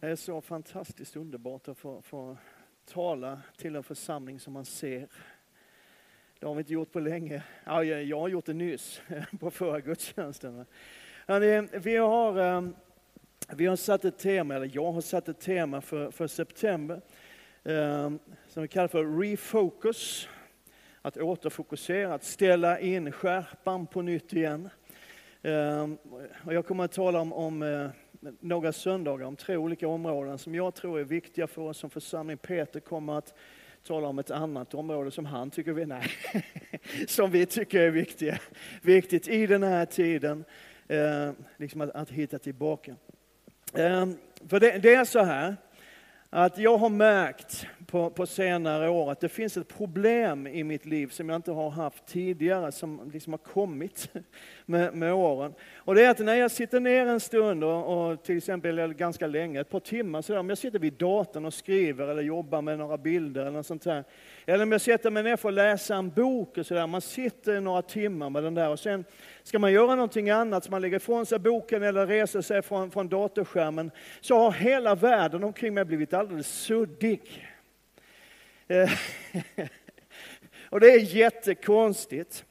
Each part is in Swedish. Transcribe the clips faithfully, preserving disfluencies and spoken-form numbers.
Det är så fantastiskt underbart att få, få tala till en församling som man ser. Det har vi inte gjort på länge. Ja, jag har gjort det nyss på förra gudstjänsten. Vi har, vi har satt ett tema, eller jag har satt ett tema för, för september som vi kallar för refocus. Att återfokusera, att ställa in skärpan på nytt igen. Och jag kommer att tala om, om några söndagar om tre olika områden som jag tror är viktiga för oss som församling. Peter kommer att tala om ett annat område som han tycker vi, nej, som vi tycker är viktiga, viktigt i den här tiden. Eh, liksom att, att hitta tillbaka. Eh, för det, det är så här att jag har märkt på, på senare år att det finns ett problem i mitt liv som jag inte har haft tidigare, som liksom har kommit med, med åren. Och det är att när jag sitter ner en stund och, och till exempel eller ganska länge, ett par timmar sådär, om jag sitter vid datorn och skriver eller jobbar med några bilder eller något sånt här. Eller om jag sätter mig ner för att läsa en bok och sådär, man sitter några timmar med den där och sen ska man göra någonting annat, så man lägger ifrån sig boken eller reser sig från, från datorskärmen, så har hela världen omkring mig blivit alldeles suddig. Och det är jättekonstigt.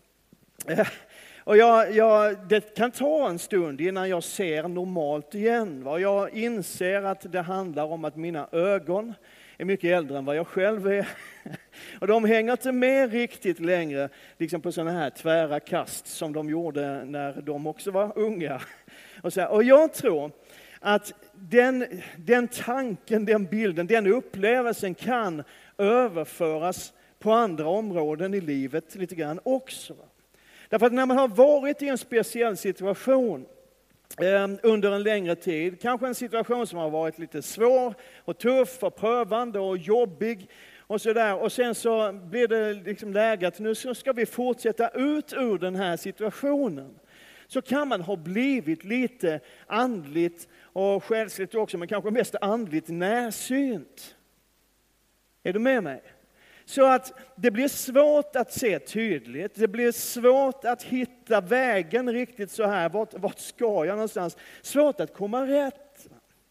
Och jag, jag, det kan ta en stund innan jag ser normalt igen. Va? Jag inser att det handlar om att mina ögon är mycket äldre än vad jag själv är. Och de hänger inte med riktigt längre liksom på sådana här tvära kast som de gjorde när de också var unga. Och, så här, och jag tror att den, den tanken, den bilden, den upplevelsen kan överföras på andra områden i livet lite grann också. Därför att när man har varit i en speciell situation eh, under en längre tid, kanske en situation som har varit lite svår och tuff och prövande och jobbig och sådär, och sen så blir det liksom läge att nu ska vi fortsätta ut ur den här situationen. Så kan man ha blivit lite andligt och själsligt också, men kanske mest andligt närsynt. Är du med mig? Så att det blir svårt att se tydligt. Det blir svårt att hitta vägen riktigt så här. Vart, vart ska jag någonstans? Svårt att komma rätt.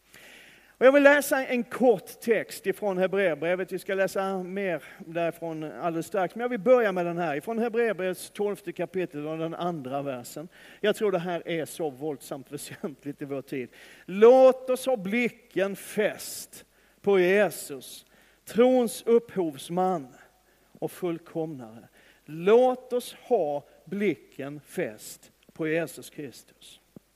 Och jag vill läsa en kort text ifrån Hebreerbrevet. Vi ska läsa mer därifrån alldeles strax. Men jag vill börja med den här. Ifrån Hebreerbrevets tolfte kapitel och den andra versen. Jag tror det här är så våldsamt väsentligt i vår tid. Låt oss ha blicken fäst på Jesus, trons upphovsman och fullkomnare. Låt oss ha blicken fäst på Jesus Kristus.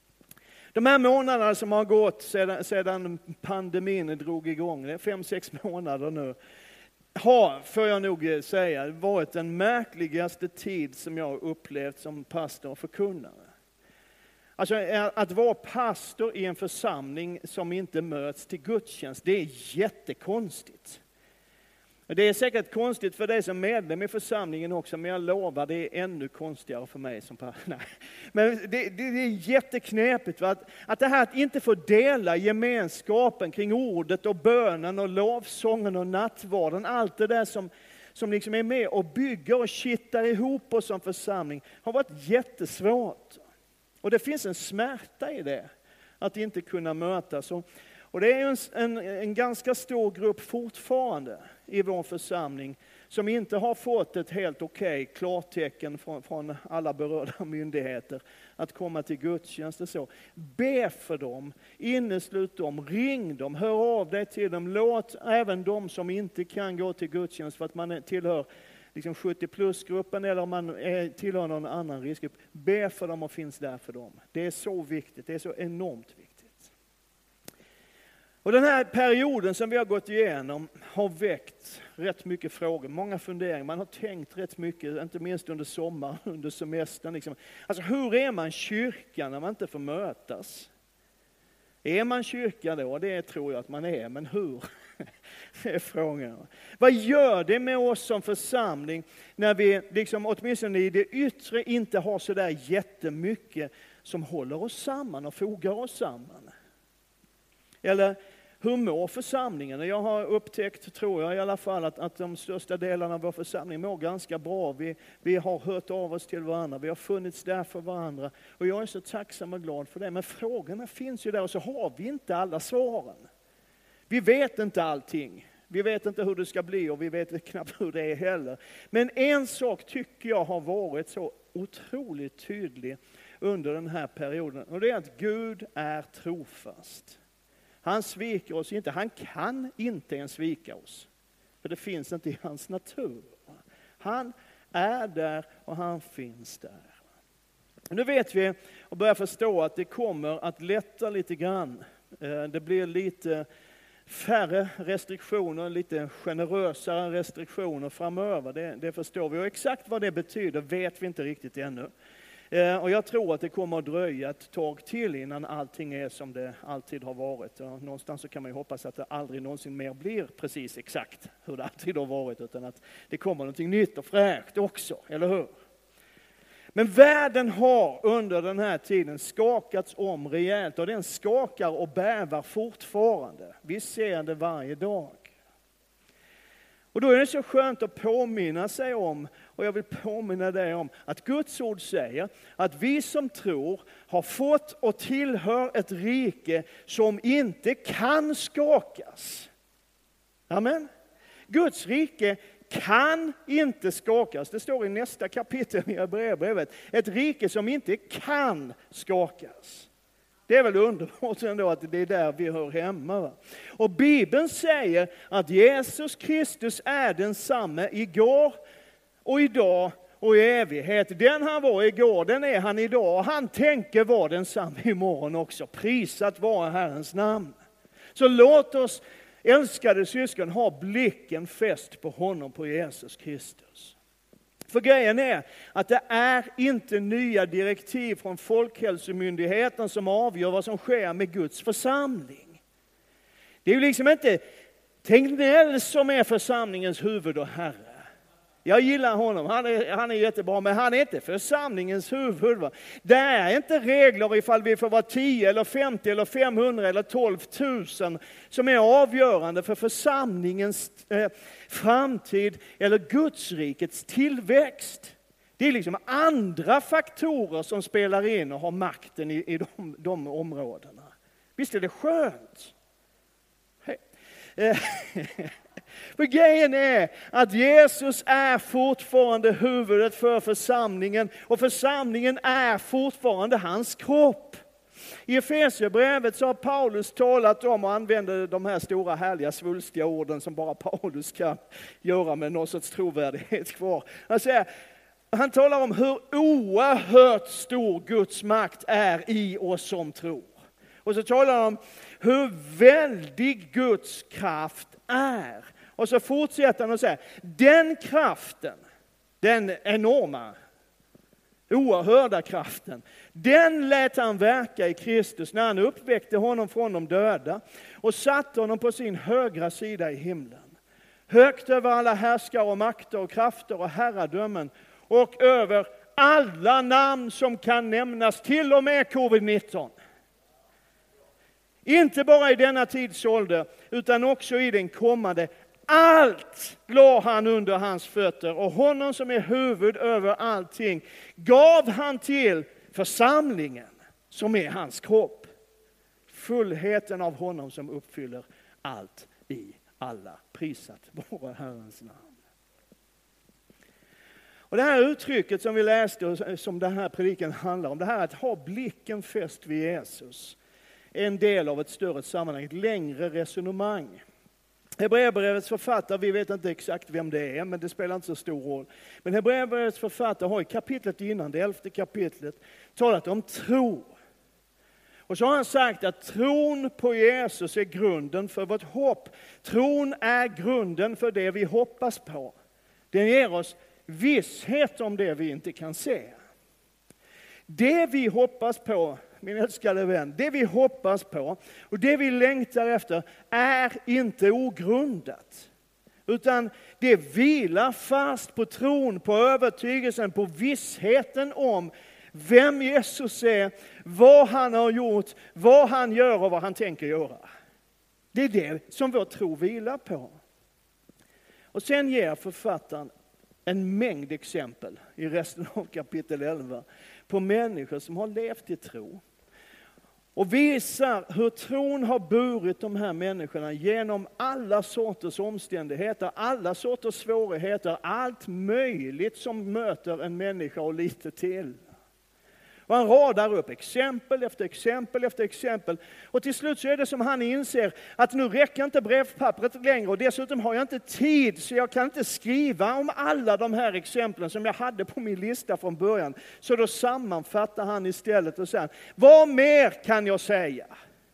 De här månaderna som har gått sedan, sedan pandemin drog igång, det är fem, sex månader nu, har, får jag nog säga, varit den märkligaste tid som jag har upplevt som pastor och förkunnare. Alltså att vara pastor i en församling som inte möts till gudstjänst, det är jättekonstigt. Det är säkert konstigt för dig som medlem i församlingen också, men jag lovar, det är ännu konstigare för mig som pastor. Nej. Men det, det, det är jätteknepigt, va? Att, att det här att inte få dela gemenskapen kring ordet och bönen och lovsången och nattvarden, allt det där som, som liksom är med och bygger och kittar ihop oss som församling, har varit jättesvårt. Och det finns en smärta i det, att inte kunna mötas. Och, och det är en, en, en ganska stor grupp fortfarande i vår församling som inte har fått ett helt okej okay, klartecken från, från alla berörda myndigheter att komma till gudstjänst och så. Be för dem, inneslut dem, ring dem, hör av dig till dem. Låt även de som inte kan gå till gudstjänst för att man tillhör liksom sjuttio plus-gruppen eller om man är, tillhör någon annan riskgrupp. Be för dem och finns där för dem. Det är så viktigt, det är så enormt viktigt. Och den här perioden som vi har gått igenom har väckt rätt mycket frågor, många funderingar. Man har tänkt rätt mycket, inte minst under sommaren, under semestern. Liksom. Alltså hur är man kyrka när man inte får mötas? Är man kyrka då? Det tror jag att man är, men hur? Det är frågan. Vad gör det med oss som församling när vi liksom, åtminstone i det yttre inte har så där jättemycket som håller oss samman och fogar oss samman? Eller hur mår församlingen? Jag har upptäckt, tror jag i alla fall, att, att de största delarna av vår församling mår ganska bra. Vi, vi har hört av oss till varandra, vi har funnits där för varandra. Och jag är så tacksam och glad för det. Men frågorna finns ju där och så har vi inte alla svaren. Vi vet inte allting. Vi vet inte hur det ska bli och vi vet knappt hur det är heller. Men en sak tycker jag har varit så otroligt tydlig under den här perioden. Och det är att Gud är trofast. Han sviker oss inte. Han kan inte ens svika oss. För det finns inte i hans natur. Han är där och han finns där. Nu vet vi och börjar förstå att det kommer att lätta lite grann. Det blir lite färre restriktioner, lite generösare restriktioner framöver. Det, det förstår vi. Och exakt vad det betyder vet vi inte riktigt ännu. Och jag tror att det kommer att dröja ett tag till innan allting är som det alltid har varit. Och någonstans så kan man ju hoppas att det aldrig någonsin mer blir precis exakt hur det alltid har varit. Utan att det kommer någonting nytt och fräscht också, eller hur? Men världen har under den här tiden skakats om rejält och den skakar och bävar fortfarande. Vi ser det varje dag. Och då är det så skönt att påminna sig om, och jag vill påminna dig om, att Guds ord säger att vi som tror har fått och tillhör ett rike som inte kan skakas. Amen. Guds rike kan inte skakas. Det står i nästa kapitel i Hebreerbrevet. Ett rike som inte kan skakas. Det är väl underbart ändå att det är där vi hör hemma. Va? Och Bibeln säger att Jesus Kristus är densamme igår och idag och i evighet. Den han var igår, den är han idag. Och han tänker vara densamme imorgon också. Prisat vara Herrens namn. Så låt oss, älskade syskon, ha blicken fäst på honom, på Jesus Kristus. För grejen är att det är inte nya direktiv från Folkhälsomyndigheten som avgör vad som sker med Guds församling. Det är ju liksom inte Tegnell som är församlingens huvud och herre. Jag gillar honom, han är, han är jättebra, men han är inte församlingens huvud. Va? Det är inte regler ifall vi får vara tio eller femtio eller femhundra eller tolv tusen som är avgörande för församlingens eh, framtid eller Gudsrikets tillväxt. Det är liksom andra faktorer som spelar in och har makten i, i de, de områdena. Visst är det skönt? Hej. För grejen är att Jesus är fortfarande huvudet för församlingen och församlingen är fortfarande hans kropp. I Efesierbrevet så har Paulus talat om och använder de här stora härliga svulstiga orden som bara Paulus kan göra med någon sorts trovärdighet kvar. Han säger, han talar om hur oerhört stor Guds makt är i oss som tror. Och så talar han om hur väldig Guds kraft är. Och så fortsätter han och säger, den kraften, den enorma, oerhörda kraften, den lät han verka i Kristus när han uppväckte honom från de döda och satte honom på sin högra sida i himlen. Högt över alla härskare och makter och krafter och herradömen och över alla namn som kan nämnas, till och med covid nitton. Inte bara i denna tidsålder utan också i den kommande. Allt la han under hans fötter och honom som är huvud över allting gav han till församlingen som är hans kropp. Fullheten av honom som uppfyller allt i alla. Prisat vare Herrens namn. Och det här uttrycket som vi läste och som den här predikan handlar om, det här att ha blicken fäst vid Jesus, är en del av ett större sammanhang, ett längre resonemang. Hebreerbrevets författare, vi vet inte exakt vem det är, men det spelar inte så stor roll. Men Hebreerbrevets författare har i kapitlet innan, det elfte kapitlet, talat om tro. Och så har han sagt att tron på Jesus är grunden för vårt hopp. Tron är grunden för det vi hoppas på. Den ger oss visshet om det vi inte kan se. Det vi hoppas på, min älskade vän, det vi hoppas på och det vi längtar efter är inte ogrundat. Utan det vilar fast på tron, på övertygelsen, på vissheten om vem Jesus är, vad han har gjort, vad han gör och vad han tänker göra. Det är det som vår tro vilar på. Och sen ger författaren en mängd exempel i resten av kapitel elva på människor som har levt i tro. Och visar hur tron har burit de här människorna genom alla sorters omständigheter, alla sorters svårigheter, allt möjligt som möter en människa och lite till. Och han radar upp exempel efter exempel efter exempel. Och till slut så är det som han inser att nu räcker inte brevpappret längre. Och dessutom har jag inte tid, så jag kan inte skriva om alla de här exemplen som jag hade på min lista från början. Så då sammanfattar han istället och säger: vad mer kan jag säga?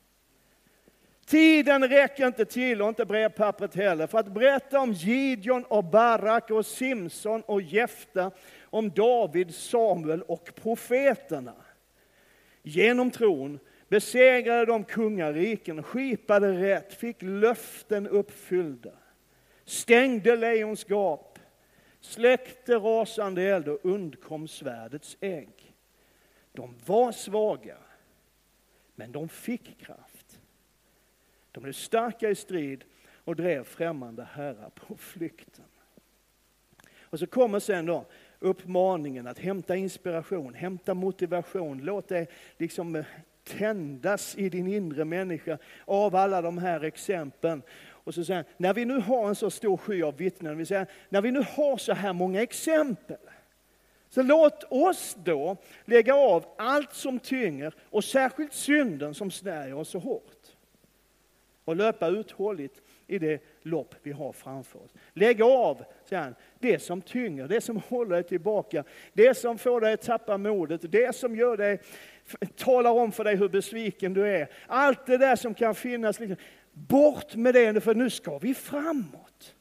Tiden räcker inte till, och inte brevpappret heller, för att berätta om Gideon och Barak och Simson och Jefta, om David, Samuel och profeterna. Genom tron besegrade de kungariken, skipade rätt, fick löften uppfyllda, stängde lejonsgap, släckte rasande eld och undkom svärdets ägg. De var svaga, men de fick kraft. De blev starka i strid och drev främmande herrar på flykten. Och så kommer sen då uppmaningen att hämta inspiration, hämta motivation. Låt det liksom tändas i din inre människa av alla de här exemplen. Och så säger han, när vi nu har en så stor sky av vittnen, vi säger, när vi nu har så här många exempel, så låt oss då lägga av allt som tynger och särskilt synden som snärjer oss så hårt. Och löpa uthålligt i det lopp vi har framför oss. Lägg av, säger han, det som tynger, det som håller dig tillbaka, det som får dig att tappa modet, det som gör dig, talar om för dig hur besviken du är. Allt det där som kan finnas, liksom, bort med det, för nu ska vi framåt.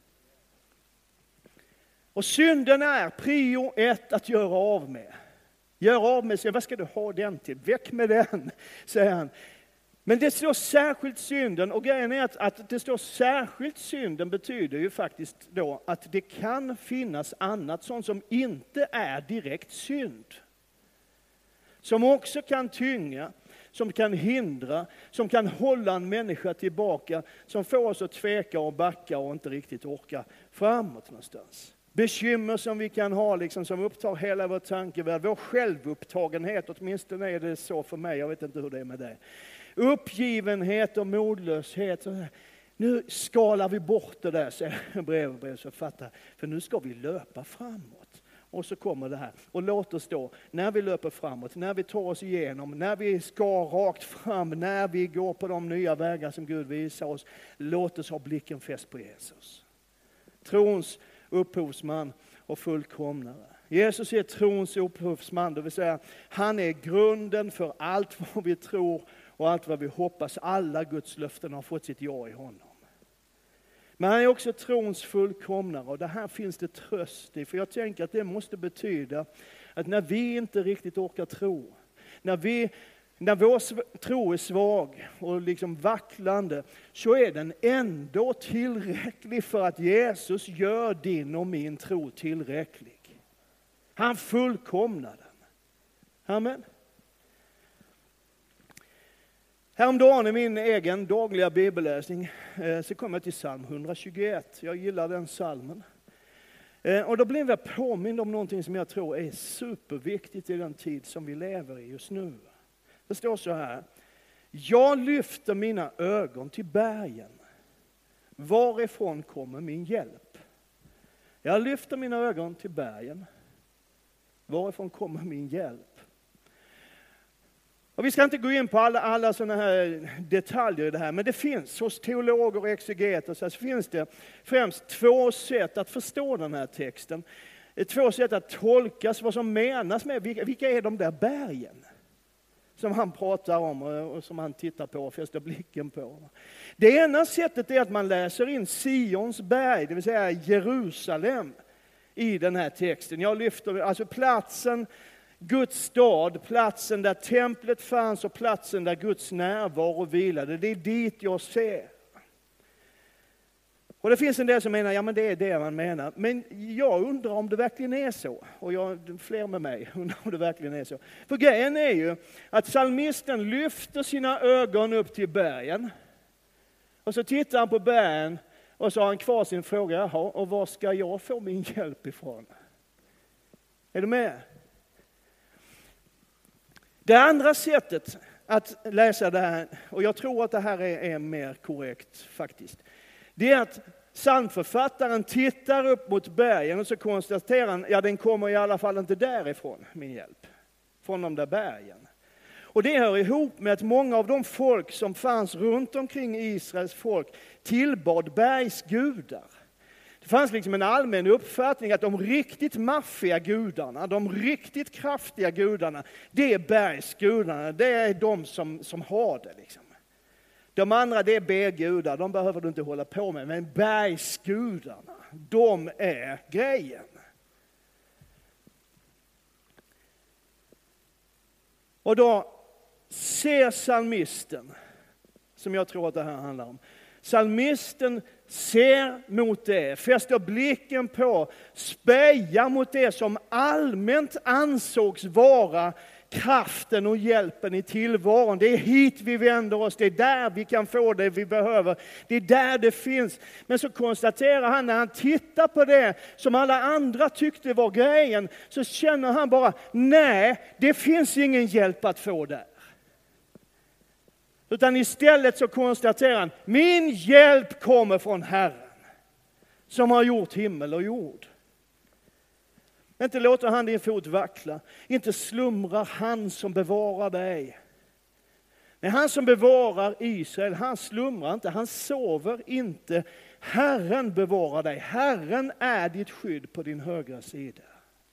Och synden är prio ett att göra av med. Gör av med sig, vad ska du ha den till? Väck med den, säger han. Men det står särskilt synden, och grejen är att, att det står särskilt synden betyder ju faktiskt då att det kan finnas annat sånt som inte är direkt synd. Som också kan tynga, som kan hindra, som kan hålla en människa tillbaka, som får oss att tveka och backa och inte riktigt orka framåt någonstans. Bekymmer som vi kan ha, liksom, som upptar hela vår tankevärld, vår självupptagenhet, åtminstone är det så för mig, jag vet inte hur det är med dig. Uppgivenhet och modlöshet. Nu skalar vi bort det där, säger brevbrevsförfattaren, för nu ska vi löpa framåt. Och så kommer det här. Och låt oss då, när vi löper framåt, när vi tar oss igenom, när vi ska rakt fram, när vi går på de nya vägar som Gud visar oss, låt oss ha blicken fäst på Jesus. Trons upphovsman och fullkomnare. Jesus är trons upphovsman, det vill säga han är grunden för allt vad vi tror och allt vad vi hoppas. Alla Guds löften har fått sitt ja i honom. Men han är också trons fullkomnare, och det här finns det tröst i. För jag tänker att det måste betyda att när vi inte riktigt orkar tro, när, vi, när vår tro är svag och liksom vacklande, så är den ändå tillräcklig för att Jesus gör din och min tro tillräcklig. Han fullkomnar den. Amen. Häromdagen i min egen dagliga bibelläsning så kom jag till psalm hundratjugoett. Jag gillar den psalmen. Och då blev jag påmind om någonting som jag tror är superviktigt i den tid som vi lever i just nu. Det står så här: jag lyfter mina ögon till bergen. Varifrån kommer min hjälp? Jag lyfter mina ögon till bergen. Varifrån kommer min hjälp? Och vi ska inte gå in på alla, alla sådana här detaljer i det här, men det finns hos teologer och exegeter så finns det främst två sätt att förstå den här texten. Två sätt att tolkas vad som menas med, vilka, vilka är de där bergen som han pratar om och som han tittar på och fäster blicken på. Det ena sättet är att man läser in Sions berg, det vill säga Jerusalem, i den här texten. Jag lyfter alltså platsen, Guds stad, platsen där templet fanns och platsen där Guds närvaro vilade. Det är dit jag ser. Och det finns en del som menar, ja men det är det man menar. Men jag undrar om det verkligen är så. Och jag, fler med mig undrar om det verkligen är så. För grejen är ju att psalmisten lyfter sina ögon upp till bergen. Och så tittar han på bergen och så har han kvar sin fråga, jaha, och var ska jag få min hjälp ifrån? Är du med? Det andra sättet att läsa det här, och jag tror att det här är, är mer korrekt faktiskt. Det är att psalmförfattaren tittar upp mot bergen och så konstaterar han, ja den kommer i alla fall inte därifrån, min hjälp. Från de där bergen. Och det hör ihop med att många av de folk som fanns runt omkring Israels folk tillbad bergsgudar. Det fanns liksom en allmän uppfattning att de riktigt maffiga gudarna, de riktigt kraftiga gudarna, det är bergsgudarna, det är de som, som har det liksom. De andra det är B-gudar, de behöver du inte hålla på med, men bergsgudarna, de är grejen. Och då ser psalmisten, som jag tror att det här handlar om, psalmisten ser mot det, fäster blicken på, spejar mot det som allmänt ansågs vara kraften och hjälpen i tillvaron. Det är hit vi vänder oss, det är där vi kan få det vi behöver, det är där det finns. Men så konstaterar han när han tittar på det som alla andra tyckte var grejen, så känner han bara, nej, det finns ingen hjälp att få där. Utan istället så konstaterar han, min hjälp kommer från Herren som har gjort himmel och jord. Inte låter han din fot vackla, inte slumrar han som bevarar dig. Nej, han som bevarar Israel, han slumrar inte, han sover inte. Herren bevarar dig, Herren är ditt skydd på din högra sida.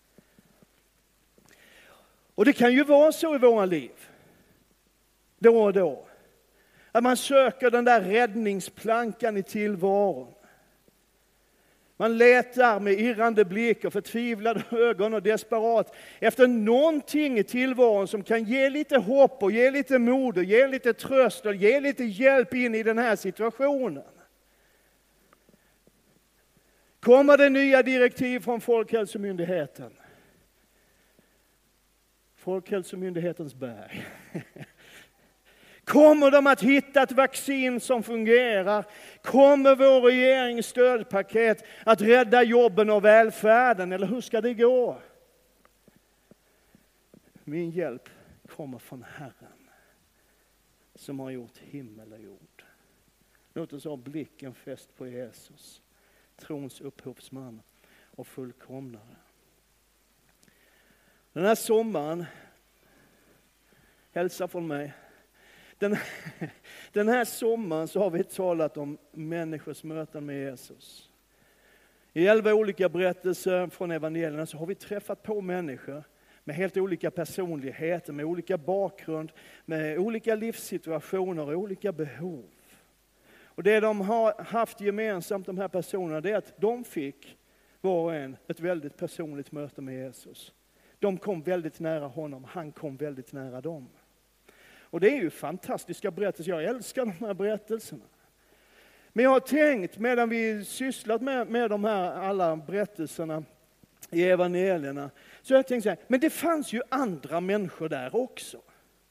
Och det kan ju vara så i våra liv, då och då. Att man söker den där räddningsplankan i tillvaron. Man letar med irrande blick och förtvivlade ögon och desperat efter någonting i tillvaron som kan ge lite hopp och ge lite mod och ge lite tröst och ge lite hjälp in i den här situationen. Kommer det nya direktiv från Folkhälsomyndigheten? Folkhälsomyndighetens berg. Kommer de att hitta ett vaccin som fungerar? Kommer vår regerings stödpaket att rädda jobben och välfärden? Eller hur ska det gå? Min hjälp kommer från Herren som har gjort himmel och jord. Låt oss ha blicken fäst på Jesus, trons upphovsman och fullkomnare. Den här sommaren, hälsa från mig. Den, den här sommaren så har vi talat om människors möten med Jesus. I elva olika berättelser från evangelierna så har vi träffat på människor med helt olika personligheter, med olika bakgrund, med olika livssituationer och olika behov. Och det de har haft gemensamt, de här personerna, det är att de fick var och en ett väldigt personligt möte med Jesus. De kom väldigt nära honom, han kom väldigt nära dem. Och det är ju fantastiska berättelser, jag älskar de här berättelserna. Men jag har tänkt, medan vi sysslat med, med de här alla berättelserna i evangelierna, så har jag tänkt så här, men det fanns ju andra människor där också.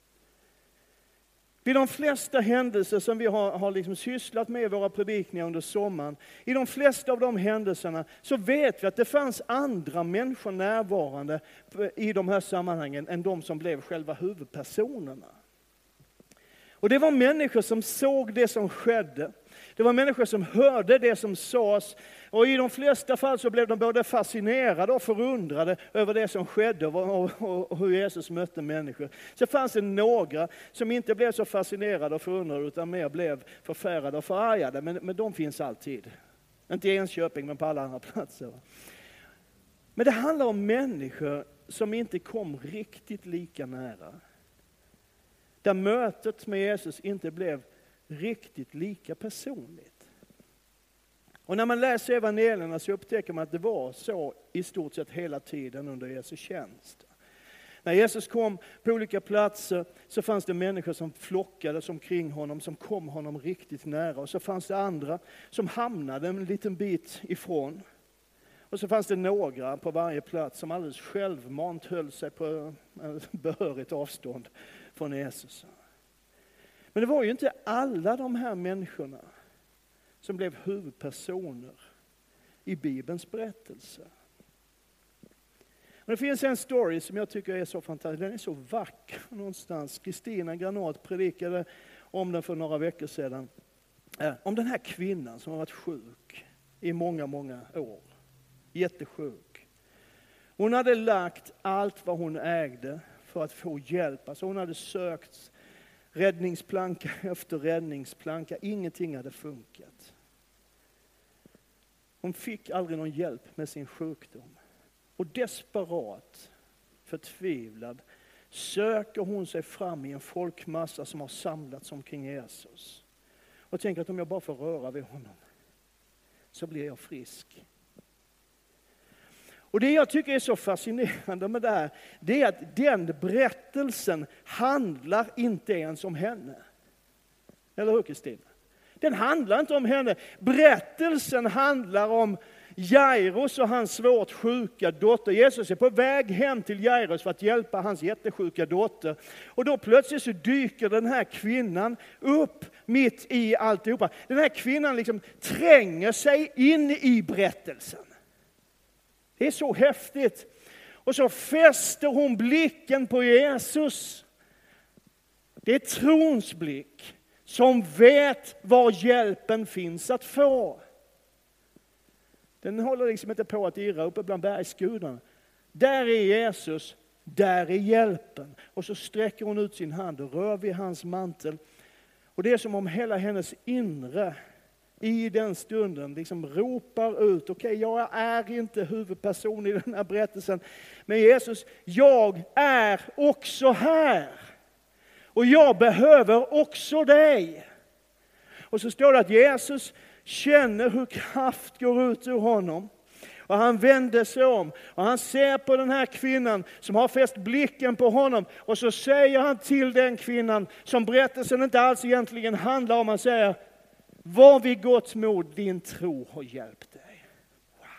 Vid de flesta händelser som vi har, har liksom sysslat med i våra predikningar under sommaren, i de flesta av de händelserna så vet vi att det fanns andra människor närvarande i de här sammanhangen än de som blev själva huvudpersonerna. Och det var människor som såg det som skedde. Det var människor som hörde det som sades. Och i de flesta fall så blev de både fascinerade och förundrade över det som skedde och, och, och hur Jesus mötte människor. Så fanns det några som inte blev så fascinerade och förundrade utan mer blev förfärade och förargade. Men, men de finns alltid. Inte i Enköping men på alla andra platser. Men det handlar om människor som inte kom riktigt lika nära. Där mötet med Jesus inte blev riktigt lika personligt. Och när man läser evangelierna så upptäcker man att det var så i stort sett hela tiden under Jesu tjänst. När Jesus kom på olika platser så fanns det människor som flockades omkring honom, som kom honom riktigt nära. Och så fanns det andra som hamnade en liten bit ifrån. Och så fanns det några på varje plats som alldeles självmant höll sig på behörigt avstånd från Jesus. Men det var ju inte alla de här människorna som blev huvudpersoner i Bibelns berättelse. Men det finns en story som jag tycker är så fantastisk. Den är så vacker någonstans. Kristina Granat predikade om den för några veckor sedan. Om den här kvinnan som har varit sjuk i många, många år. Jättesjuk. Hon hade lagt allt vad hon ägde för att få hjälp. Alltså hon hade sökt räddningsplanka efter räddningsplanka. Ingenting hade funkat. Hon fick aldrig någon hjälp med sin sjukdom. Och desperat, förtvivlad, söker hon sig fram i en folkmassa som har samlats omkring Jesus. Och tänker att om jag bara får röra vid honom så blir jag frisk. Och det jag tycker är så fascinerande med det här, det är att den berättelsen handlar inte ens om henne. Eller hur, Kristina? Den handlar inte om henne. Berättelsen handlar om Jairus och hans svårt sjuka dotter. Jesus är på väg hem till Jairus för att hjälpa hans jättesjuka dotter. Och då plötsligt så dyker den här kvinnan upp mitt i alltihopa. Den här kvinnan liksom tränger sig in i berättelsen. Det är så häftigt. Och så fäster hon blicken på Jesus. Det är trons blick som vet var hjälpen finns att få. Den håller liksom inte på att irra uppe bland bergsgudarna. Där är Jesus, där är hjälpen. Och så sträcker hon ut sin hand och rör vid hans mantel. Och det är som om hela hennes inre i den stunden liksom ropar ut. Okej, okay, jag är inte huvudperson i den här berättelsen. Men Jesus, jag är också här. Och jag behöver också dig. Och så står det att Jesus känner hur kraft går ut ur honom. Och han vänder sig om. Och han ser på den här kvinnan som har fäst blicken på honom. Och så säger han till den kvinnan som berättelsen inte alls egentligen handlar om. Han säger, var vid gott mod, din tro har hjälpt dig. Wow.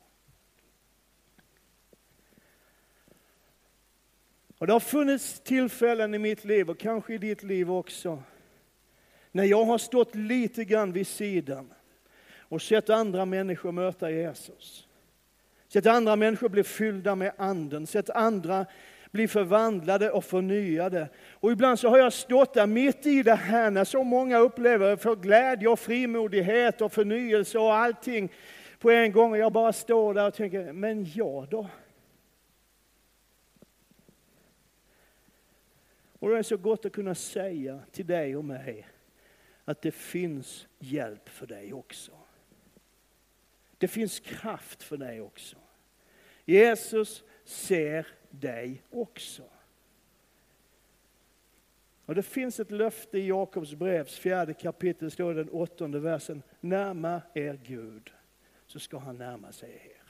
Och det har funnits tillfällen i mitt liv och kanske i ditt liv också. När jag har stått lite grann vid sidan och sett andra människor möta Jesus. Sett andra människor bli fyllda med anden. Sett andra bli förvandlade och förnyade. Och ibland så har jag stått där mitt i det här när så många upplever för glädje och frimodighet och förnyelse och allting på en gång. Och jag bara står där och tänker, men jag då? Och det är så gott att kunna säga till dig och mig att det finns hjälp för dig också. Det finns kraft för dig också. Jesus ser dig också. Och det finns ett löfte i Jakobs brevs fjärde kapitel, står den åttonde versen. Närma er Gud, så ska han närma sig er.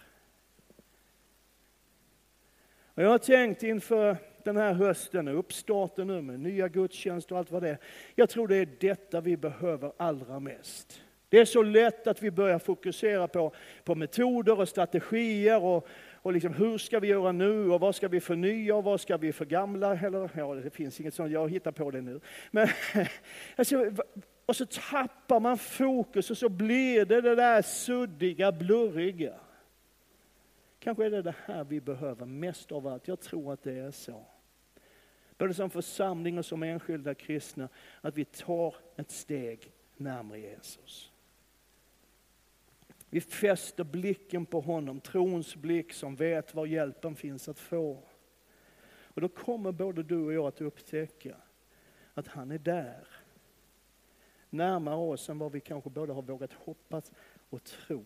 Och jag har tänkt inför den här hösten och uppstarten nu med nya gudstjänster och allt vad det är. Jag tror det är detta vi behöver allra mest. Det är så lätt att vi börjar fokusera på, på metoder och strategier och, och liksom, hur ska vi göra nu och vad ska vi förnya och vad ska vi förgamla? Eller, ja, det finns inget sånt, jag hittar på det nu. Men, alltså, och så tappar man fokus och så blir det det där suddiga, blurriga. Kanske är det det här vi behöver mest av allt. Jag tror att det är så. Både som församling och som enskilda kristna, att vi tar ett steg närmare Jesus. Vi fäster blicken på honom, trons blick som vet var hjälpen finns att få. Och då kommer både du och jag att upptäcka att han är där. Närmare oss än vad vi kanske både har vågat hoppas och tro.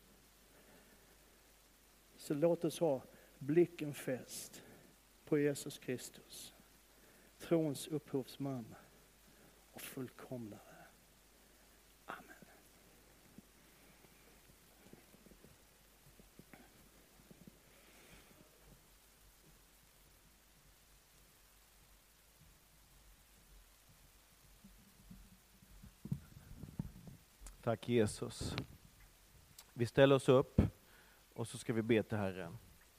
Så låt oss ha blicken fäst på Jesus Kristus. Trons upphovsman och fullkomnare. Amen. Tack Jesus. Vi ställer oss upp och så ska vi be till Herren.